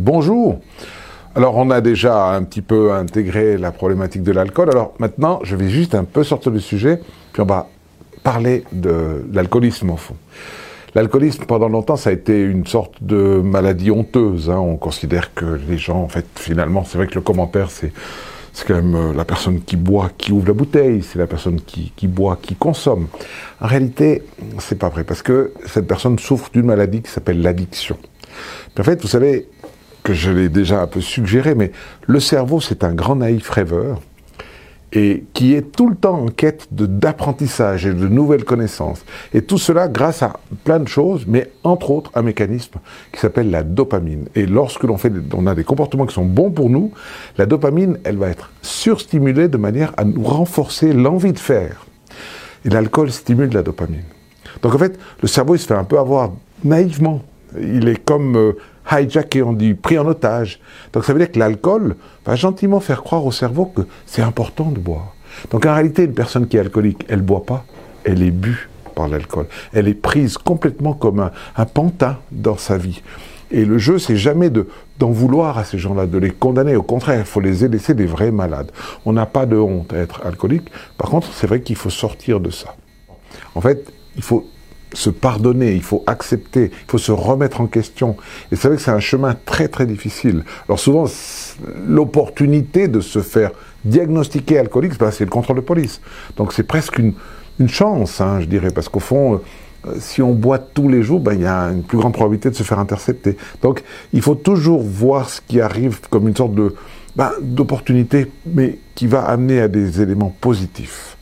Bonjour. Alors on a déjà un petit peu intégré la problématique de l'alcool. Alors maintenant, je vais juste un peu sortir du sujet, puis on va parler de l'alcoolisme au fond. L'alcoolisme, pendant longtemps, ça a été une sorte de maladie honteuse. On considère que les gens, en fait, finalement, c'est vrai que le commentaire, c'est quand même la personne qui boit, qui ouvre la bouteille, c'est la personne qui boit, qui consomme. En réalité, c'est pas vrai, parce que cette personne souffre d'une maladie qui s'appelle l'addiction. En fait, vous savez que je l'ai déjà un peu suggéré, mais le cerveau, c'est un grand naïf rêveur, et qui est tout le temps en quête d'apprentissage et de nouvelles connaissances. Et tout cela grâce à plein de choses, mais entre autres un mécanisme qui s'appelle la dopamine. Et lorsque on a des comportements qui sont bons pour nous, la dopamine, elle va être surstimulée de manière à nous renforcer l'envie de faire. Et l'alcool stimule la dopamine. Donc en fait, le cerveau, il se fait un peu avoir naïvement. Il est comme hijacké, on dit, pris en otage. Donc ça veut dire que l'alcool va gentiment faire croire au cerveau que c'est important de boire. Donc en réalité, une personne qui est alcoolique, elle ne boit pas, elle est bue par l'alcool. Elle est prise complètement comme un pantin dans sa vie. Et le jeu, c'est jamais d'en vouloir à ces gens-là, de les condamner. Au contraire, il faut les laisser des vrais malades. On n'a pas de honte à être alcoolique. Par contre, c'est vrai qu'il faut sortir de ça. En fait, il faut se pardonner, il faut accepter, il faut se remettre en question. Et c'est vrai que c'est un chemin très très difficile. Alors souvent, l'opportunité de se faire diagnostiquer alcoolique, c'est le contrôle de police. Donc c'est presque une chance, je dirais, parce qu'au fond, si on boit tous les jours, il y a une plus grande probabilité de se faire intercepter. Donc il faut toujours voir ce qui arrive comme une sorte d'opportunité, mais qui va amener à des éléments positifs.